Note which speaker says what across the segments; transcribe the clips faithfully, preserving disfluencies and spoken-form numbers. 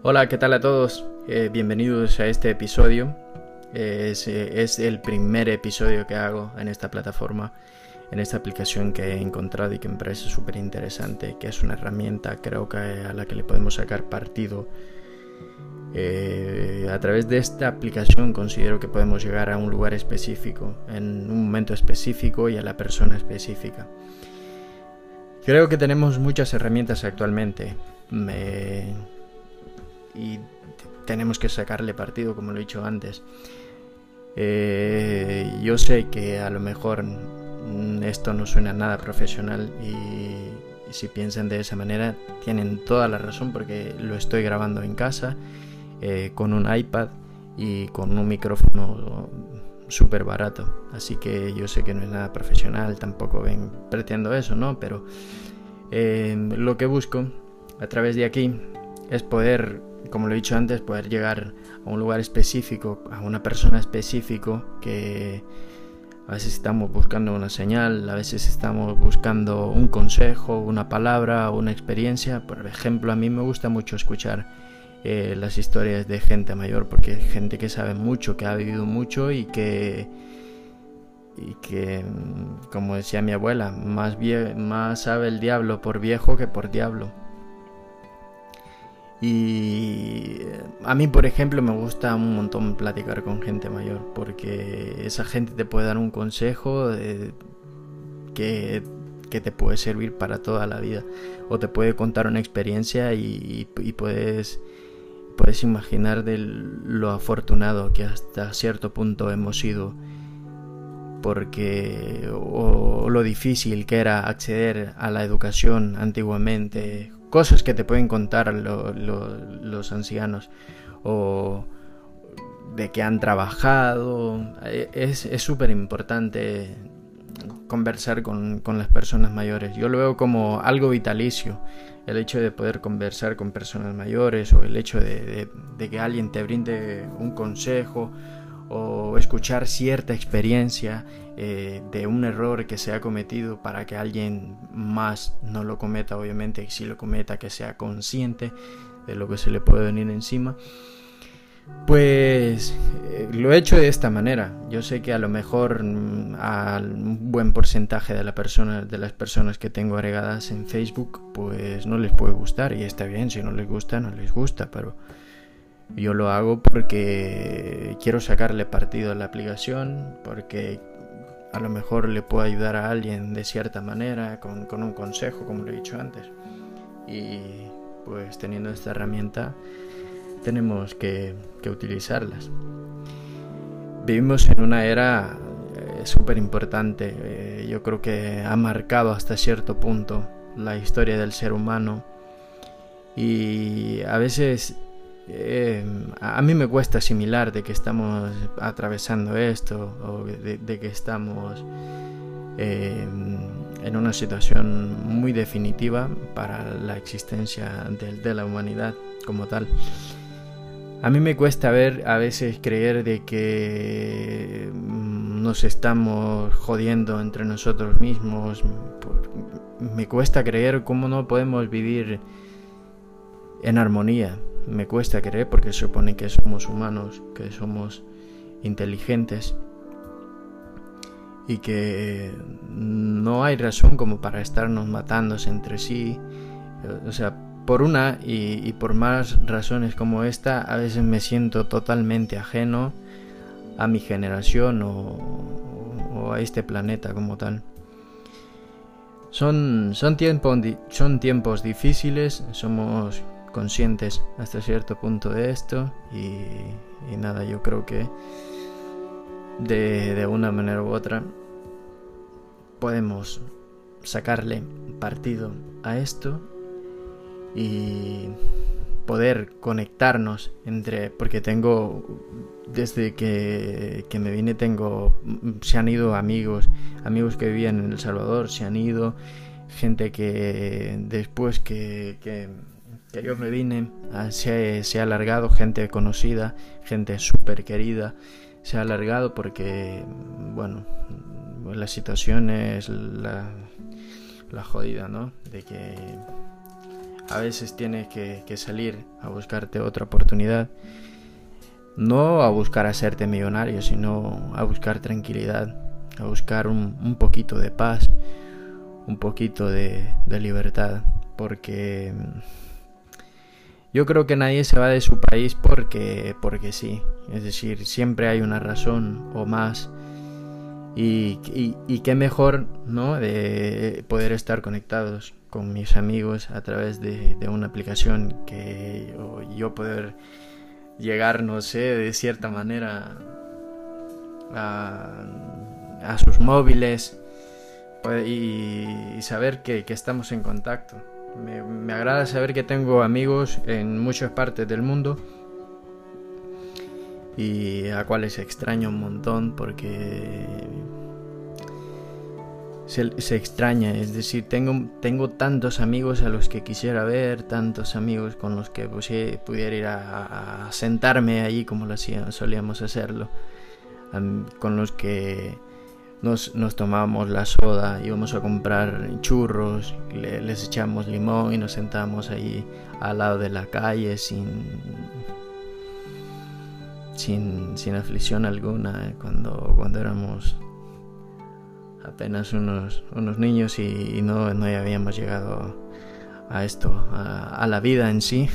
Speaker 1: Hola, ¿qué tal a todos? Eh, bienvenidos a este episodio. Eh, es, eh, es el primer episodio que hago en esta plataforma, en esta aplicación que he encontrado y que me parece súper interesante, que es una herramienta creo que a la que le podemos sacar partido. Eh, a través de esta aplicación considero que podemos llegar a un lugar específico, en un momento específico y a la persona específica. Creo que tenemos muchas herramientas actualmente me... y tenemos que sacarle partido, como lo he dicho antes. Eh, yo sé que a lo mejor esto no suena nada profesional y, y si piensan de esa manera tienen toda la razón, porque lo estoy grabando en casa eh, con un iPad y con un micrófono súper barato, así que yo sé que no es nada profesional, tampoco ven, pretendo eso, ¿no? Pero eh, lo que busco a través de aquí es poder, como lo he dicho antes, poder llegar a un lugar específico, a una persona específica, que a veces estamos buscando una señal, a veces estamos buscando un consejo, una palabra o una experiencia. Por ejemplo, a mí me gusta mucho escuchar eh, las historias de gente mayor, porque es gente que sabe mucho, que ha vivido mucho y que, y que como decía mi abuela, más, vie- más sabe el diablo por viejo que por diablo. Y a mí, por ejemplo, me gusta un montón platicar con gente mayor, porque esa gente te puede dar un consejo de, que, que te puede servir para toda la vida, o te puede contar una experiencia y, y puedes, puedes imaginar de lo afortunado que hasta cierto punto hemos sido, porque o, o lo difícil que era acceder a la educación antiguamente, cosas que te pueden contar lo, lo, los ancianos, o de que han trabajado. Es súper importante conversar con, con las personas mayores. Yo lo veo como algo vitalicio, el hecho de poder conversar con personas mayores, o el hecho de, de, de que alguien te brinde un consejo, o escuchar cierta experiencia eh, de un error que se ha cometido, para que alguien más no lo cometa, obviamente, y si lo cometa que sea consciente de lo que se le puede venir encima. Pues eh, lo he hecho de esta manera. Yo sé que a lo mejor mm, a un buen porcentaje de, la persona, de las personas que tengo agregadas en Facebook pues no les puede gustar, y está bien, si no les gusta, no les gusta, pero yo lo hago porque quiero sacarle partido a la aplicación, porque a lo mejor le puedo ayudar a alguien de cierta manera, con, con un consejo, como lo he dicho antes. Y pues teniendo esta herramienta tenemos que, que utilizarlas. Vivimos en una era eh, súper importante, eh, yo creo que ha marcado hasta cierto punto la historia del ser humano, y a veces Eh, a mí me cuesta asimilar de que estamos atravesando esto, o de, de que estamos eh, en una situación muy definitiva para la existencia de, de la humanidad como tal. A mí me cuesta ver, a veces creer de que nos estamos jodiendo entre nosotros mismos. Me cuesta creer cómo no podemos vivir en armonía. Me cuesta creer, porque se supone que somos humanos, que somos inteligentes, y que no hay razón como para estarnos matándose entre sí. O sea, por una y, y por más razones como esta, a veces me siento totalmente ajeno a mi generación o, o a este planeta como tal. Son, son, tiempo, son tiempos difíciles, somos conscientes hasta cierto punto de esto, y, y nada, yo creo que de, de una manera u otra podemos sacarle partido a esto y poder conectarnos entre, porque tengo, desde que, que me vine, tengo, se han ido amigos, amigos que vivían en El Salvador, se han ido, gente que después que, que que yo me vine, se, se ha alargado, gente conocida, gente súper querida, se ha alargado porque, bueno, la situación es la, la jodida, ¿no? De que a veces tienes que, que salir a buscarte otra oportunidad. No a buscar hacerte millonario, sino a buscar tranquilidad, a buscar un, un poquito de paz, un poquito de, de libertad, porque yo creo que nadie se va de su país porque, porque sí, es decir, siempre hay una razón o más, y, y, y qué mejor, ¿no?, de poder estar conectados con mis amigos a través de, de una aplicación, que yo, yo poder llegar, no sé, de cierta manera a, a sus móviles y, y saber que, que estamos en contacto. Me, me agrada saber que tengo amigos en muchas partes del mundo y a cuales extraño un montón, porque se, se extraña, es decir, tengo, tengo tantos amigos a los que quisiera ver, tantos amigos con los que pues, pudiera ir a, a sentarme allí como lo hacía, solíamos hacerlo, um, con los que nos, nos tomábamos la soda, íbamos a comprar churros, le, les echamos limón y nos sentábamos allí al lado de la calle sin, sin, sin aflicción alguna, eh, cuando, cuando éramos apenas unos, unos niños y, y no, no habíamos llegado a esto, a, a la vida en sí.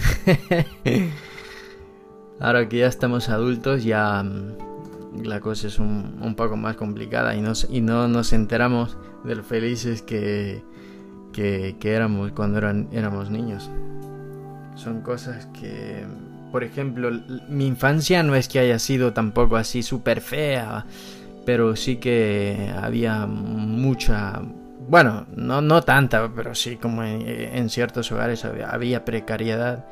Speaker 1: Ahora que ya estamos adultos, ya la cosa es un, un poco más complicada y, nos, y no nos enteramos de lo felices que, que, que éramos cuando eran, éramos niños. Son cosas que, por ejemplo, mi infancia no es que haya sido tampoco así súper fea, pero sí que había mucha, bueno, no, no tanta, pero sí como en, en ciertos hogares había, había precariedad.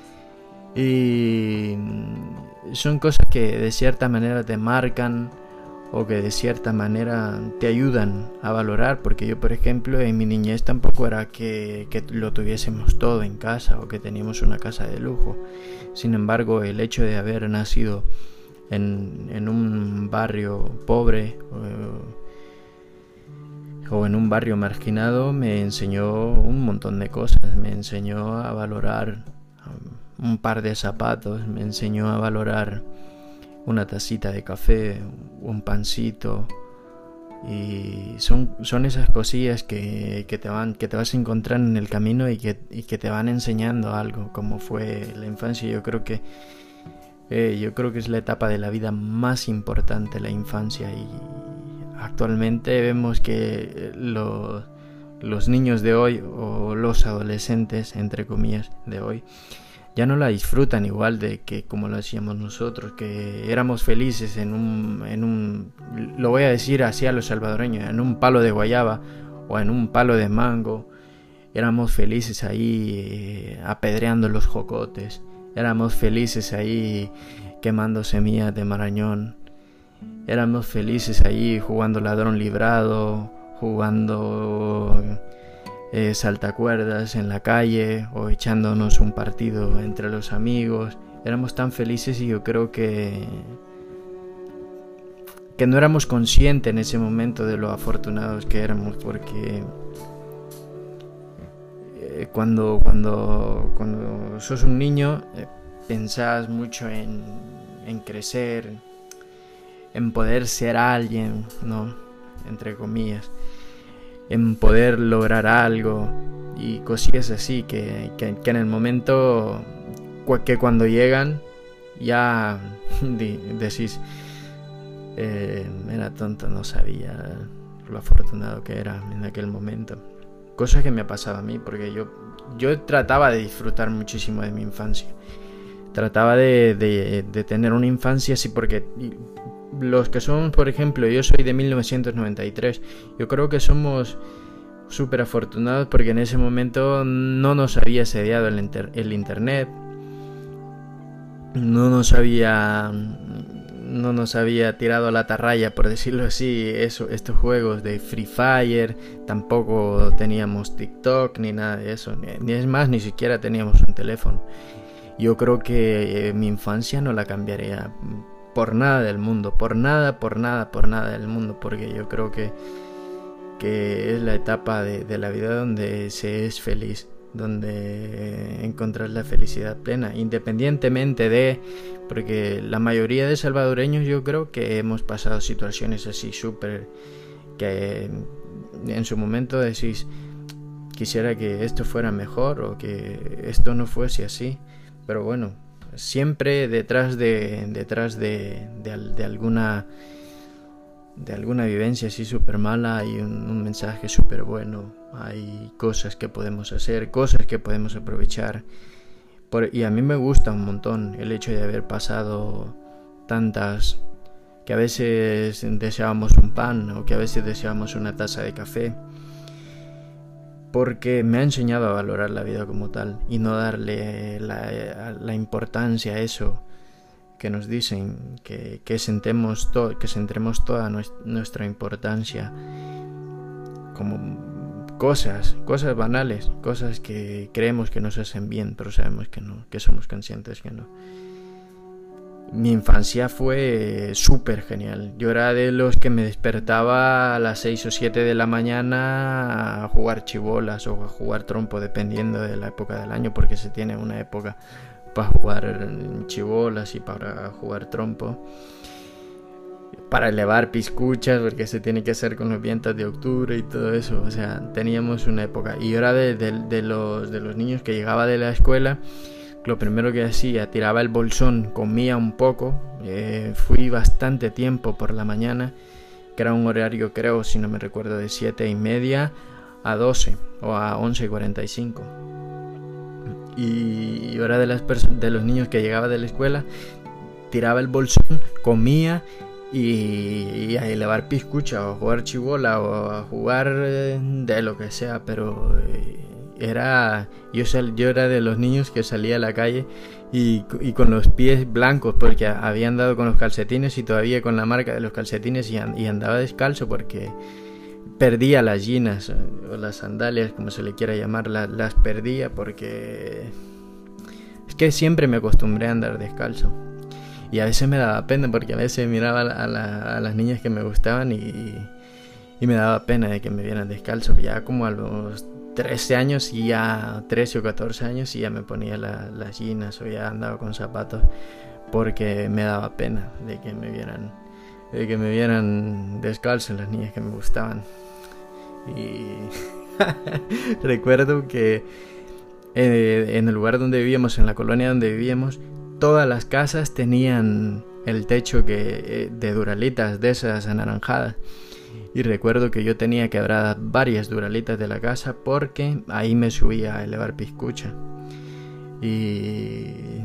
Speaker 1: Y son cosas que de cierta manera te marcan o que de cierta manera te ayudan a valorar, porque yo, por ejemplo, en mi niñez tampoco era que, que lo tuviésemos todo en casa o que teníamos una casa de lujo. Sin embargo, el hecho de haber nacido En, en un barrio pobre o, o en un barrio marginado me enseñó un montón de cosas. Me enseñó a valorar um, un par de zapatos, me enseñó a valorar una tacita de café, un pancito, y son, son esas cosillas que, que, te van, que te vas a encontrar en el camino y que, y que te van enseñando algo, como fue la infancia. Yo creo que Eh, yo creo que es la etapa de la vida más importante, la infancia, y actualmente vemos que los, los niños de hoy, o los adolescentes, entre comillas, de hoy, ya no la disfrutan igual de que como lo hacíamos nosotros, que éramos felices en un, en un, lo voy a decir así a los salvadoreños, en un palo de guayaba o en un palo de mango. Éramos felices ahí eh, apedreando los jocotes. Éramos felices ahí quemando semillas de marañón. Éramos felices ahí jugando ladrón librado, jugando eh, saltacuerdas en la calle o echándonos un partido entre los amigos. Éramos tan felices y yo creo que, que no éramos conscientes en ese momento de lo afortunados que éramos, porque Cuando, cuando, cuando sos un niño eh, pensás mucho en, en crecer, en poder ser alguien, ¿no?, entre comillas, en poder lograr algo y cosillas así que, que, que en el momento que cuando llegan ya decís eh, era tonto, no sabía lo afortunado que era en aquel momento. Cosas que me ha pasado a mí, porque yo, yo trataba de disfrutar muchísimo de mi infancia. Trataba de, de, de tener una infancia así, porque los que somos, por ejemplo, yo soy de mil novecientos noventa y tres, yo creo que somos súper afortunados porque en ese momento no nos había asediado el, inter, el internet, no nos había... no nos había tirado a la atarraya, por decirlo así, eso, estos juegos de Free Fire, tampoco teníamos TikTok ni nada de eso, ni, ni es más, ni siquiera teníamos un teléfono. Yo creo que eh, mi infancia no la cambiaría por nada del mundo, por nada, por nada, por nada del mundo, porque yo creo que, que es la etapa de, de la vida donde se es feliz, donde encontrar la felicidad plena, independientemente de, porque la mayoría de salvadoreños yo creo que hemos pasado situaciones así súper, que en su momento decís, quisiera que esto fuera mejor o que esto no fuese así, pero bueno, siempre detrás de detrás de, de, de alguna de alguna vivencia así súper mala hay un, un mensaje súper bueno, hay cosas que podemos hacer, cosas que podemos aprovechar. Por, y a mí me gusta un montón el hecho de haber pasado tantas, que a veces deseábamos un pan o que a veces deseábamos una taza de café, porque me ha enseñado a valorar la vida como tal y no darle la, la importancia a eso que nos dicen, que, que, sentemos to- que centremos toda nues- nuestra importancia como cosas, cosas banales, cosas que creemos que nos hacen bien, pero sabemos que no, que somos conscientes que no. Mi infancia fue súper genial. Yo era de los que me despertaba a las seis o siete de la mañana a jugar chibolas o a jugar trompo, dependiendo de la época del año, porque se tiene una época para jugar chibolas y para jugar trompo, para elevar piscuchas, porque se tiene que hacer con los vientos de octubre y todo eso. O sea, teníamos una época. Y yo era de, de, de, los, de los niños que llegaba de la escuela, lo primero que hacía, tiraba el bolsón, comía un poco, eh, fui bastante tiempo por la mañana, que era un horario, creo, si no me recuerdo, de siete y media a doce o a once y cuarenta y cinco. Y yo era de, las perso- de los niños que llegaba de la escuela, tiraba el bolsón, comía y, y a elevar piscucha o a jugar chibola o a jugar eh, de lo que sea, pero eh, era yo, sal, yo era de los niños que salía a la calle y, y con los pies blancos, porque había andado con los calcetines y todavía con la marca de los calcetines y, and, y andaba descalzo porque perdía las ginas o las sandalias, como se le quiera llamar, las, las perdía porque es que siempre me acostumbré a andar descalzo. Y a veces me daba pena porque a veces miraba a, la, a las niñas que me gustaban y, y me daba pena de que me vieran descalzo. Ya como a los trece años y ya trece o catorce años y ya me ponía la, las ginas o ya andaba con zapatos porque me daba pena de que me vieran de que me vieran descalzo las niñas que me gustaban. Y recuerdo que eh, en el lugar donde vivíamos, en la colonia donde vivíamos, todas las casas tenían el techo que eh, de duralitas de esas anaranjadas. Y recuerdo que yo tenía quebradas varias duralitas de la casa porque ahí me subía a elevar piscucha. Y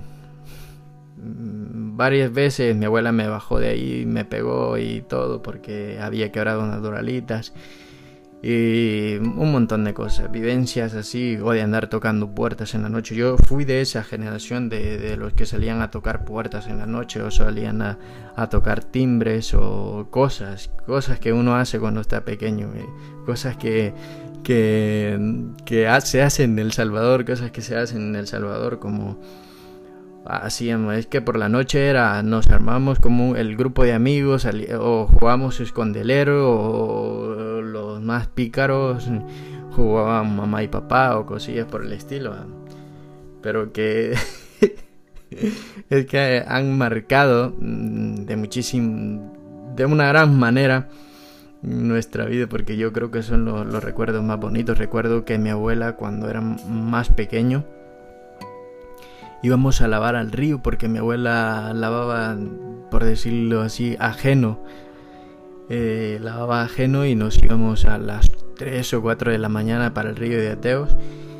Speaker 1: varias veces mi abuela me bajó de ahí, me pegó y todo porque había quebrado unas duralitas. Y un montón de cosas, vivencias así, o de andar tocando puertas en la noche. Yo fui de esa generación de, de los que salían a tocar puertas en la noche o salían a, a tocar timbres o cosas, cosas que uno hace cuando está pequeño, eh, cosas que, que, que se hacen en El Salvador, cosas que se hacen en El Salvador como... Hacíamos, es que por la noche era, nos armamos como el grupo de amigos o jugábamos escondelero o los más pícaros jugaban mamá y papá o cosillas por el estilo, pero que es que han marcado de muchísimo, de una gran manera nuestra vida, porque yo creo que son los, los recuerdos más bonitos. Recuerdo que mi abuela, cuando era más pequeño, íbamos a lavar al río porque mi abuela lavaba, por decirlo así, ajeno. Eh, lavaba ajeno y nos íbamos a las tres o cuatro de la mañana para el río de Ateos.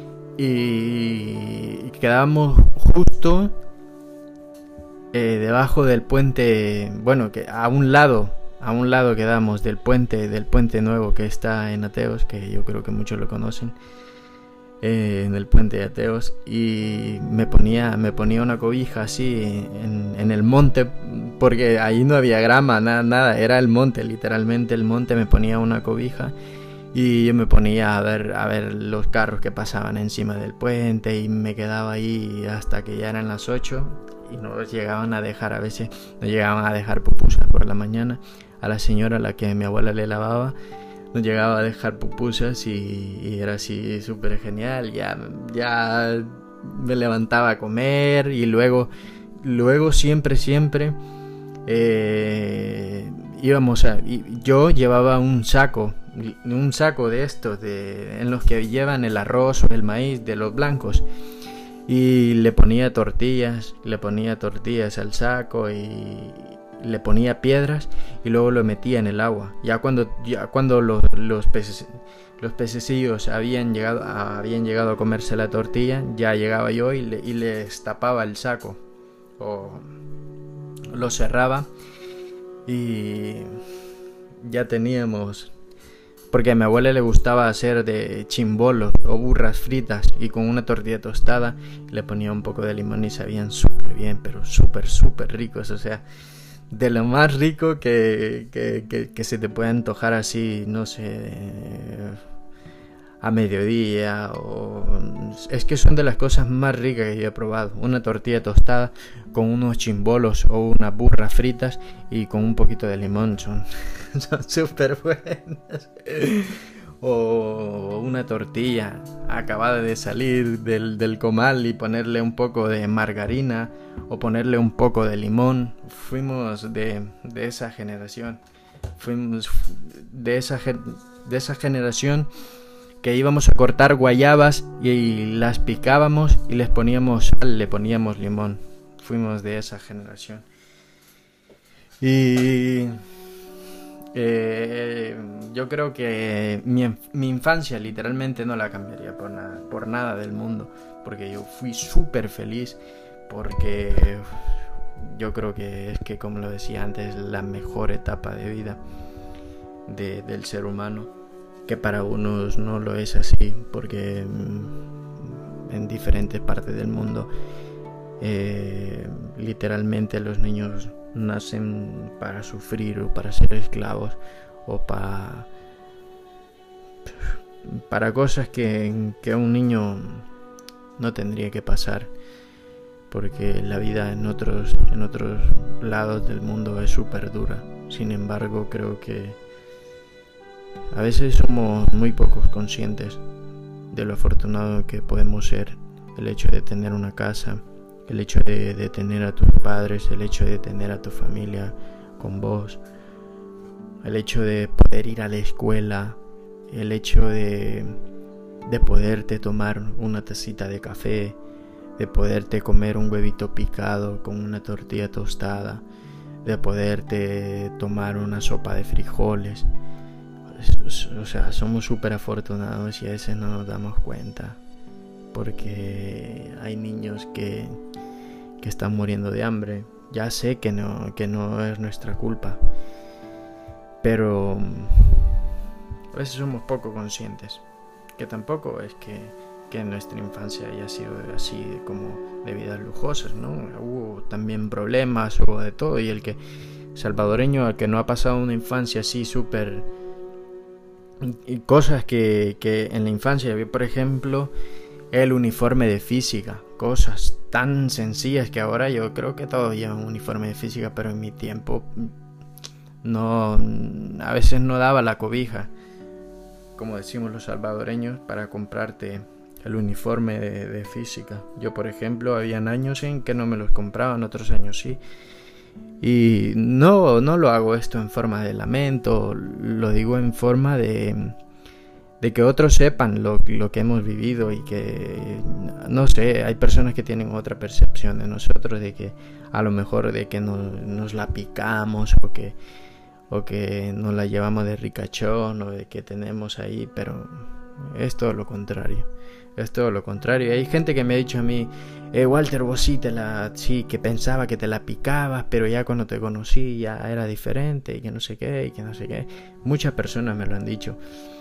Speaker 1: Y quedábamos justo eh, debajo del puente, bueno, que a un lado, a un lado quedamos del puente, del puente nuevo que está en Ateos, que yo creo que muchos lo conocen. Eh, en el puente de Ateos, y me ponía me ponía una cobija así en, en el monte, porque ahí no había grama, nada, nada, era el monte, literalmente el monte. Me ponía una cobija y yo me ponía a ver a ver los carros que pasaban encima del puente y me quedaba ahí hasta que ya eran las ocho y nos llegaban a dejar, a veces nos llegaban a dejar pupusas por la mañana a la señora a la que mi abuela le lavaba. nos llegaba a dejar pupusas y, y era así súper genial. Ya, ya me levantaba a comer y luego, luego siempre, siempre eh, íbamos a... Yo llevaba un saco, un saco de estos, de, en los que llevan el arroz o el maíz de los blancos. Y le ponía tortillas, le ponía tortillas al saco y le ponía piedras y luego lo metía en el agua. Ya cuando, ya cuando los, los peces, los pececillos habían llegado, habían llegado a comerse la tortilla, ya llegaba yo y, le, y les tapaba el saco o lo cerraba y ya teníamos... Porque a mi abuela le gustaba hacer de chimbolos o burras fritas y con una tortilla tostada le ponía un poco de limón y sabían súper bien, pero súper, súper ricos. O sea, de lo más rico que, que, que, que se te puede antojar así, no sé, a mediodía. O... Es que son de las cosas más ricas que yo he probado. Una tortilla tostada con unos chimbolos o unas burras fritas y con un poquito de limón son... son súper buenas. O una tortilla acabada de salir del, del comal y ponerle un poco de margarina o ponerle un poco de limón. Fuimos de, de esa generación. Fuimos de esa, de esa generación que íbamos a cortar guayabas y las picábamos y les poníamos sal, le poníamos limón. Fuimos de esa generación. Y... Eh, yo creo que mi, mi infancia literalmente no la cambiaría por nada, por nada del mundo, porque yo fui súper feliz, porque yo creo que es que, como lo decía antes, la mejor etapa de vida de, del ser humano, que para unos no lo es así, porque en diferentes partes del mundo eh, literalmente los niños nacen para sufrir o para ser esclavos o para para cosas que, que un niño no tendría que pasar, porque la vida en otros en otros lados del mundo es súper dura. Sin embargo, creo que a veces somos muy pocos conscientes de lo afortunado que podemos ser. El hecho de tener una casa, el hecho de, de tener a tus padres, el hecho de tener a tu familia con vos, el hecho de poder ir a la escuela, el hecho de, de poderte tomar una tacita de café, de poderte comer un huevito picado con una tortilla tostada, de poderte tomar una sopa de frijoles. O sea, somos súper afortunados y a veces no nos damos cuenta, porque hay niños que, que están muriendo de hambre. Ya sé que no, que no es nuestra culpa, pero a veces somos poco conscientes, que tampoco es que, que nuestra infancia haya sido así como de vidas lujosas, ¿no? Hubo también problemas, hubo de todo, y el que salvadoreño, al que no ha pasado una infancia así súper... y cosas que, que en la infancia había, por ejemplo, el uniforme de física, cosas tan sencillas que ahora yo creo que todos llevan un uniforme de física, pero en mi tiempo no, a veces no daba la cobija, como decimos los salvadoreños, para comprarte el uniforme de, de física. Yo, por ejemplo, habían años en que no me los compraban, otros años sí. Y no, no lo hago esto en forma de lamento, lo digo en forma de, de que otros sepan lo, lo que hemos vivido, y que, no sé, hay personas que tienen otra percepción de nosotros, de que a lo mejor de que nos, nos la picamos o que, o que nos la llevamos de ricachón o de que tenemos ahí, pero es todo lo contrario. Es todo lo contrario. Hay gente que me ha dicho a mí, eh, Walter, vos sí, te la, sí, que pensaba que te la picabas, pero ya cuando te conocí ya era diferente, y que no sé qué, y que no sé qué. Muchas personas me lo han dicho.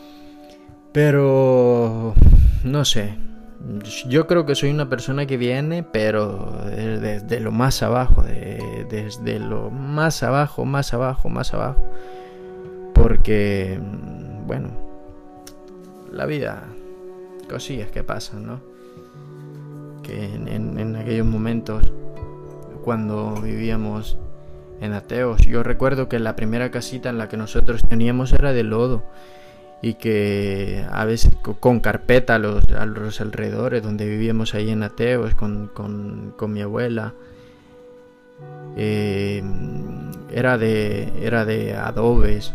Speaker 1: Pero no sé. Yo creo que soy una persona que viene, pero desde de lo más abajo, de, desde lo más abajo, más abajo, más abajo. Porque, bueno, la vida... cosillas que pasan, ¿no? Que en, en, en aquellos momentos, cuando vivíamos en Ateos, yo recuerdo que la primera casita en la que nosotros teníamos era de lodo, y que a veces con carpeta a los, a los alrededores donde vivíamos ahí en Ateos con, con, con mi abuela, eh, era de era de adobes.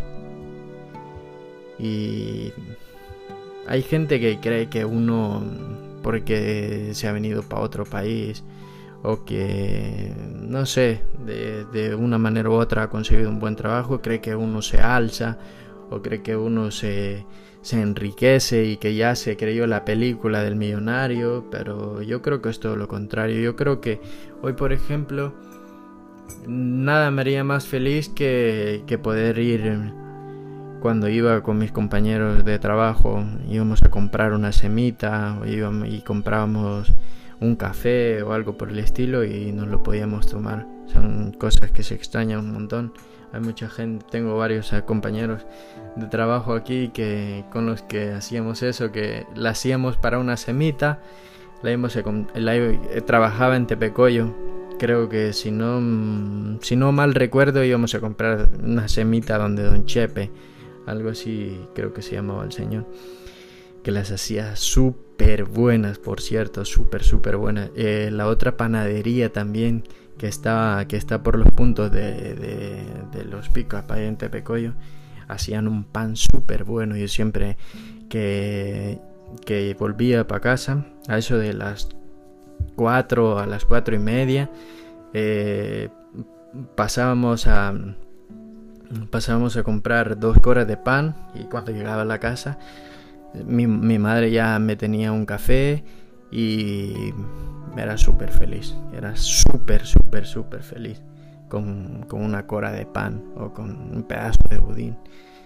Speaker 1: Y hay gente que cree que uno, porque se ha venido para otro país o que, no sé, de, de una manera u otra ha conseguido un buen trabajo, cree que uno se alza o cree que uno se, se enriquece y que ya se creyó la película del millonario, pero yo creo que es todo lo contrario. Yo creo que hoy, por ejemplo, nada me haría más feliz que, que poder ir, cuando iba con mis compañeros de trabajo, íbamos a comprar una semita o íbamos y comprábamos un café o algo por el estilo y nos lo podíamos tomar. Son cosas que se extrañan un montón. Hay mucha gente, tengo varios compañeros de trabajo aquí que con los que hacíamos eso, que la hacíamos para una semita. La íbamos a, la, trabajaba en Tepecoyo. Creo que si no, si no mal recuerdo, íbamos a comprar una semita donde Don Chepe, algo así creo que se llamaba el señor, que las hacía súper buenas, por cierto, súper súper buenas. Eh, la otra panadería también que está, que está por los puntos de, de, de los picos ahí en Tepecoyo, hacían un pan súper bueno. Yo siempre que, que volvía para casa, a eso de las cuatro, a las cuatro y media, eh, pasábamos a pasábamos a comprar dos coras de pan, y cuando llegaba a la casa mi, mi madre ya me tenía un café y era súper feliz, era súper súper súper feliz con, con una cora de pan o con un pedazo de budín.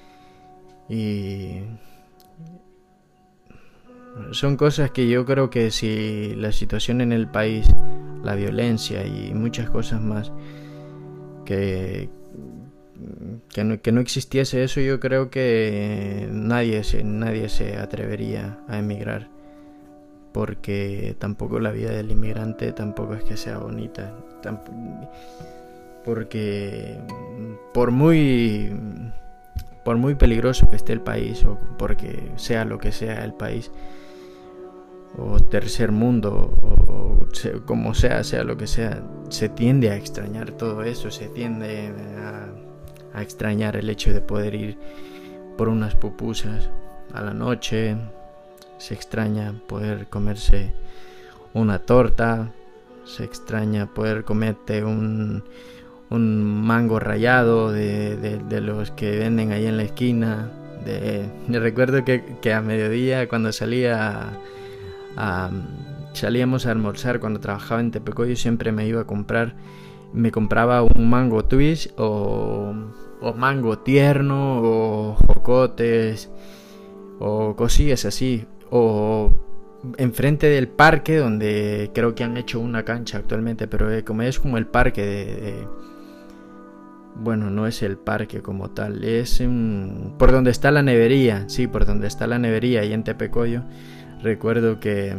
Speaker 1: Y son cosas que yo creo que si la situación en el país, la violencia y muchas cosas más, que, que, no, que no existiese eso, yo creo que nadie se, nadie se atrevería a emigrar, porque tampoco la vida del inmigrante tampoco es que sea bonita, tamp- porque por muy por muy peligroso que esté el país, o porque sea lo que sea el país, o tercer mundo, o, o como sea, sea lo que sea, se tiende a extrañar todo eso, se tiende a, a extrañar el hecho de poder ir por unas pupusas a la noche, se extraña poder comerse una torta, se extraña poder comerte un, un mango rallado de, de, de los que venden ahí en la esquina. De, yo recuerdo que, que a mediodía, cuando salía a, salíamos a almorzar, cuando trabajaba en Tepecoyo, siempre me iba a comprar, me compraba un mango twist o, o mango tierno o jocotes o cosillas así, o enfrente del parque, donde creo que han hecho una cancha actualmente, pero eh, como es como el parque de, de bueno, no es el parque como tal, es un, por donde está la nevería, sí, por donde está la nevería ahí en Tepecoyo. Recuerdo que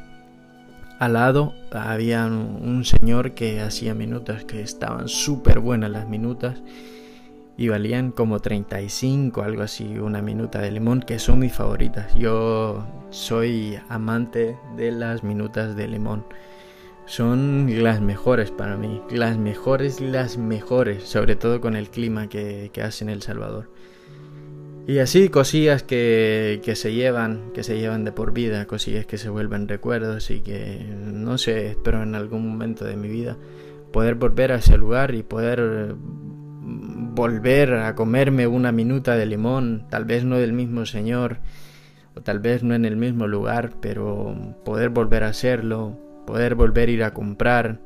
Speaker 1: al lado había un, un señor que hacía minutas que estaban súper buenas las minutas y valían como treinta y cinco, algo así, una minuta de limón, que son mis favoritas. Yo soy amante de las minutas de limón. Son las mejores para mí, las mejores, las mejores, sobre todo con el clima que, que hace en El Salvador. Y así cosillas que, que se llevan, que se llevan de por vida, cosillas que se vuelven recuerdos y que, no sé, espero en algún momento de mi vida poder volver a ese lugar y poder volver a comerme una minuta de limón, tal vez no del mismo señor, o tal vez no en el mismo lugar, pero poder volver a hacerlo, poder volver a ir a comprar.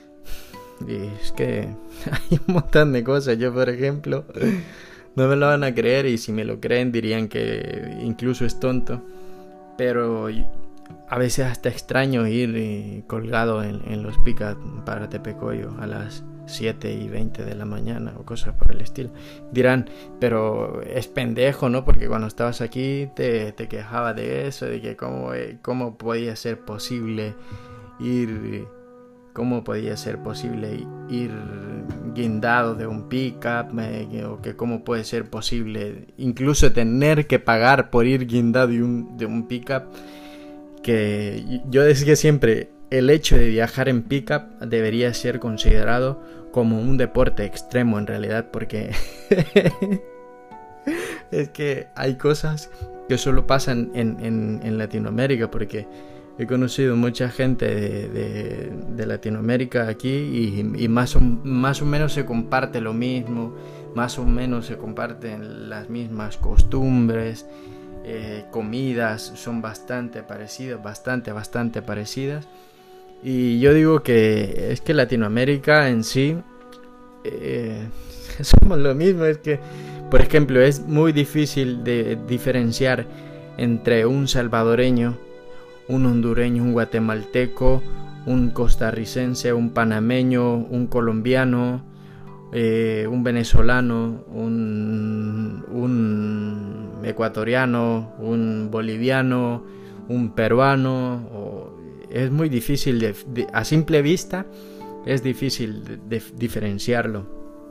Speaker 1: Y es que hay un montón de cosas. Yo, por ejemplo, no me lo van a creer, y si me lo creen dirían que incluso es tonto, pero a veces hasta extraño ir colgado en, en los picas para Tepecoyo a las siete y veinte de la mañana o cosas por el estilo. Dirán, pero es pendejo, ¿no? Porque cuando estabas aquí te, te quejaba de eso, de que cómo, cómo podía ser posible ir cómo podía ser posible ir guindado de un pick-up, eh, o que cómo puede ser posible incluso tener que pagar por ir guindado de un, de un pick-up. Que yo decía siempre, el hecho de viajar en pick-up debería ser considerado como un deporte extremo en realidad, porque es que hay cosas que solo pasan en, en, en Latinoamérica, porque he conocido mucha gente de, de, de Latinoamérica aquí y, y más, o, más o menos se comparte lo mismo, más o menos se comparten las mismas costumbres, eh, comidas son bastante parecidas, bastante, bastante parecidas. Y yo digo que es que Latinoamérica en sí eh, somos lo mismo. Es que, por ejemplo, es muy difícil de diferenciar entre un salvadoreño, un hondureño, un guatemalteco, un costarricense, un panameño, un colombiano, eh, un venezolano, un, un ecuatoriano, un boliviano, un peruano. O, es muy difícil, de, de, a simple vista, es difícil de, de diferenciarlo.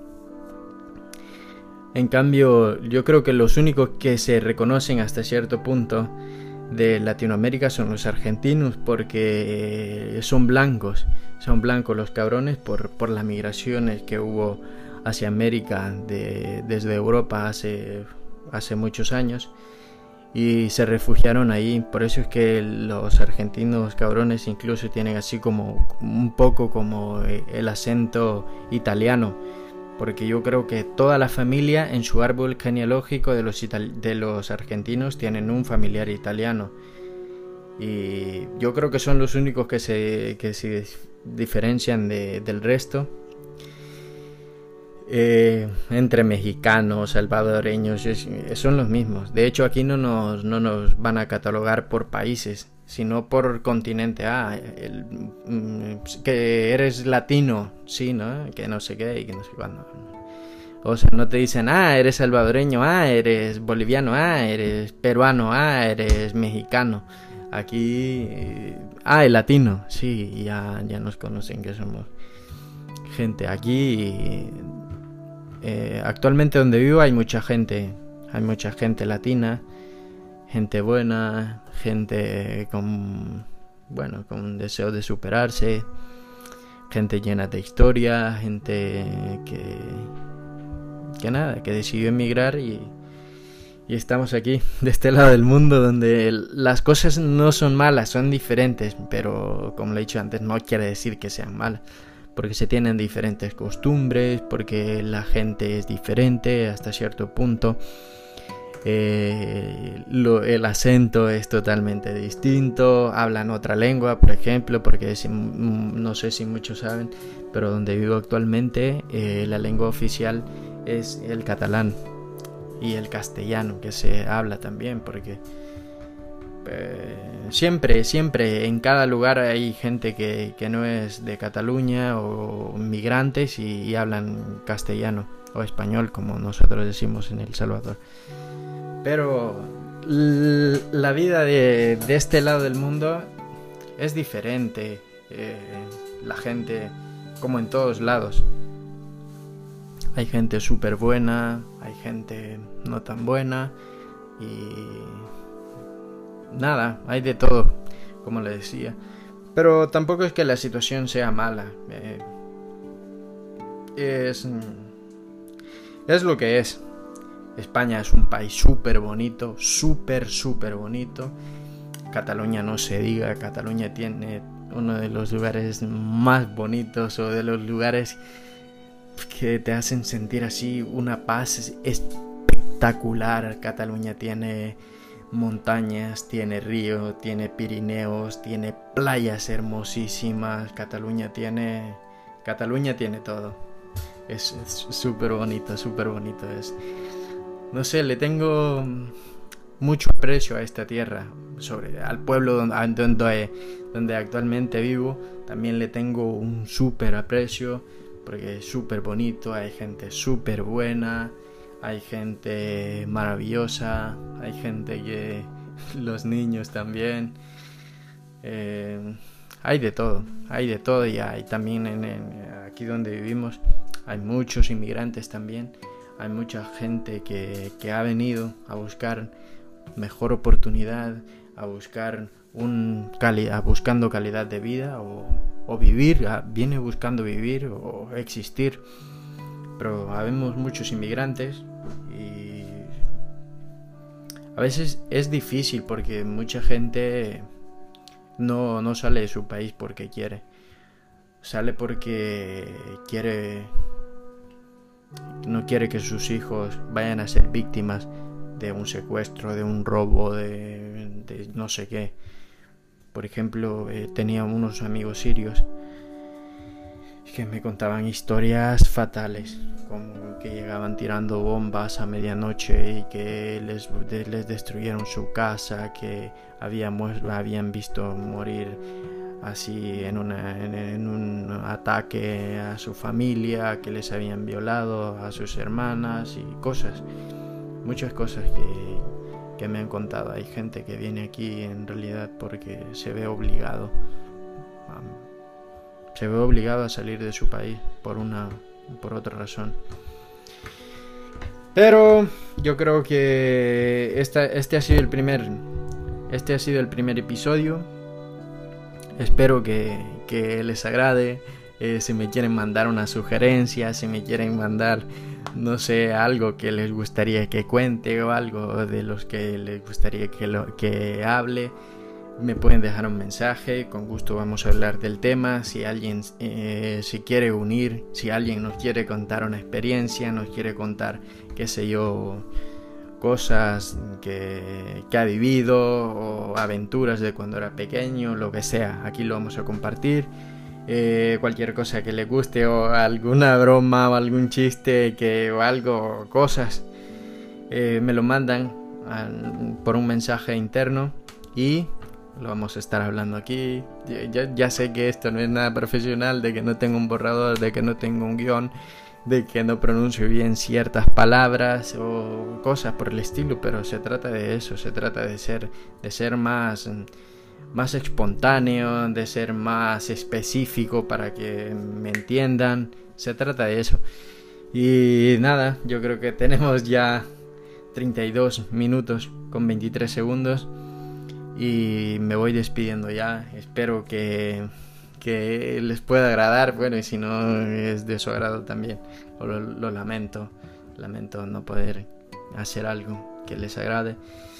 Speaker 1: En cambio, yo creo que los únicos que se reconocen hasta cierto punto de Latinoamérica son los argentinos, porque son blancos, son blancos los cabrones por, por las migraciones que hubo hacia América de, desde Europa hace, hace muchos años, y se refugiaron ahí. Por eso es que los argentinos cabrones incluso tienen así como un poco como el acento italiano, porque yo creo que toda la familia en su árbol genealógico de los, itali- de los argentinos tienen un familiar italiano, y yo creo que son los únicos que se, que se diferencian de, del resto. Eh, entre mexicanos, salvadoreños, es, son los mismos. De hecho, aquí no nos, no nos van a catalogar por países, sino por continente. Ah, el, que eres latino, sí, ¿no? Que no sé qué y que no sé cuándo. O sea, no te dicen, ah, eres salvadoreño, ah, eres boliviano, ah, eres peruano, ah, eres mexicano. Aquí, ah, el latino, sí, ya, ya nos conocen que somos gente aquí. Eh, actualmente donde vivo hay mucha gente, hay mucha gente latina, gente buena, gente con, bueno, con un deseo de superarse, gente llena de historia, gente que, que nada, que decidió emigrar, y, y estamos aquí, de este lado del mundo, donde las cosas no son malas, son diferentes, pero como lo he dicho antes, no quiere decir que sean malas, porque se tienen diferentes costumbres, porque la gente es diferente hasta cierto punto. Eh, lo, el acento es totalmente distinto, hablan otra lengua, por ejemplo, porque si, no sé si muchos saben, pero donde vivo actualmente eh, la lengua oficial es el catalán y el castellano, que se habla también, porque eh, siempre, siempre en cada lugar hay gente que, que no es de Cataluña o migrantes y, y hablan castellano o español, como nosotros decimos en El Salvador. Pero la vida de, de este lado del mundo es diferente. Eh, la gente, como en todos lados, hay gente súper buena, hay gente no tan buena, y nada, hay de todo, como le decía. Pero tampoco es que la situación sea mala. Eh, es, es lo que es. España es un país súper bonito, súper, súper bonito. Cataluña no se diga, Cataluña tiene uno de los lugares más bonitos, o de los lugares que te hacen sentir así una paz espectacular. Cataluña tiene montañas, tiene río, tiene Pirineos, tiene playas hermosísimas. Cataluña tiene, Cataluña tiene todo. Es súper bonito, súper bonito es. No sé, le tengo mucho aprecio a esta tierra, sobre al pueblo donde, donde, donde actualmente vivo. También le tengo un súper aprecio, porque es súper bonito, hay gente súper buena, hay gente maravillosa, hay gente que... los niños también. Eh, hay de todo, hay de todo y hay también en, en, aquí donde vivimos hay muchos inmigrantes también, hay mucha gente que, que ha venido a buscar mejor oportunidad, a buscar un cali a buscando calidad de vida o, o vivir, a, viene buscando vivir o existir, pero habemos muchos inmigrantes y a veces es difícil porque mucha gente no, no sale de su país porque quiere, sale porque quiere, no quiere que sus hijos vayan a ser víctimas de un secuestro, de un robo, de, de no sé qué. Por ejemplo, eh, tenía unos amigos sirios que me contaban historias fatales, como que llegaban tirando bombas a medianoche y que les, de, les destruyeron su casa, que habíamos, habían visto morir así en, una, en, en un ataque a su familia, que les habían violado a sus hermanas y cosas, muchas cosas que, que me han contado. Hay gente que viene aquí en realidad porque se ve obligado a, se ve obligado a salir de su país por una por otra razón. Pero yo creo que esta, este ha sido el primer este ha sido el primer episodio. Espero que, que les agrade. Eh, si me quieren mandar una sugerencia, si me quieren mandar, no sé, algo que les gustaría que cuente o algo de los que les gustaría que, lo, que hable, me pueden dejar un mensaje, con gusto vamos a hablar del tema. Si alguien eh, se quiere unir, si alguien nos quiere contar una experiencia, nos quiere contar, qué sé yo, cosas que, que ha vivido o aventuras de cuando era pequeño, lo que sea, aquí lo vamos a compartir. Eh, cualquier cosa que le guste o alguna broma o algún chiste que, o algo, cosas, eh, me lo mandan a, por un mensaje interno y lo vamos a estar hablando aquí. Ya, ya sé que esto no es nada profesional, de que no tengo un borrador, de que no tengo un guión, de que no pronuncio bien ciertas palabras o cosas por el estilo, pero se trata de eso, se trata de ser, de ser más, más espontáneo, de ser más específico para que me entiendan. Se trata de eso. Y nada, yo creo que tenemos ya treinta y dos minutos con veintitrés segundos. Y me voy despidiendo ya. Espero que, que les pueda agradar. Bueno, y si no es de su agrado también, lo, lo lamento. Lamento no poder hacer algo que les agrade.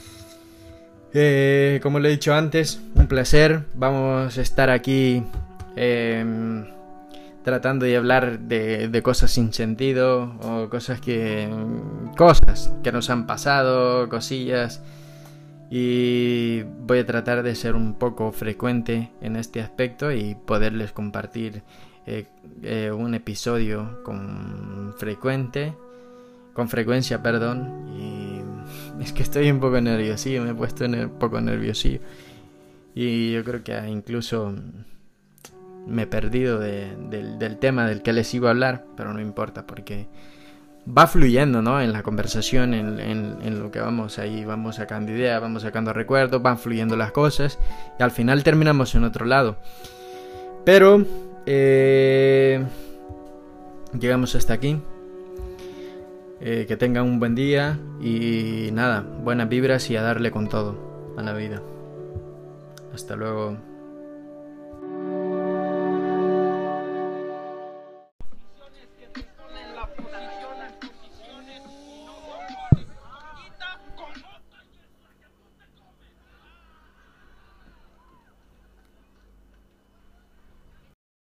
Speaker 1: Eh, como le he dicho antes, un placer. Vamos a estar aquí eh, tratando de hablar de, de cosas sin sentido o cosas que, cosas que nos han pasado, cosillas. Y voy a tratar de ser un poco frecuente en este aspecto y poderles compartir eh, eh, un episodio con frecuente, con frecuencia, perdón. Y es que estoy un poco nerviosillo, me he puesto un poco nerviosillo. Y yo creo que incluso me he perdido de, de, del tema del que les iba a hablar, pero no importa porque va fluyendo, ¿no? En la conversación, en, en, en lo que vamos ahí, vamos sacando ideas, vamos sacando recuerdos, van fluyendo las cosas y al final terminamos en otro lado. Pero eh, llegamos hasta aquí. Eh, que tengan un buen día y nada, buenas vibras y a darle con todo a la vida. Hasta luego.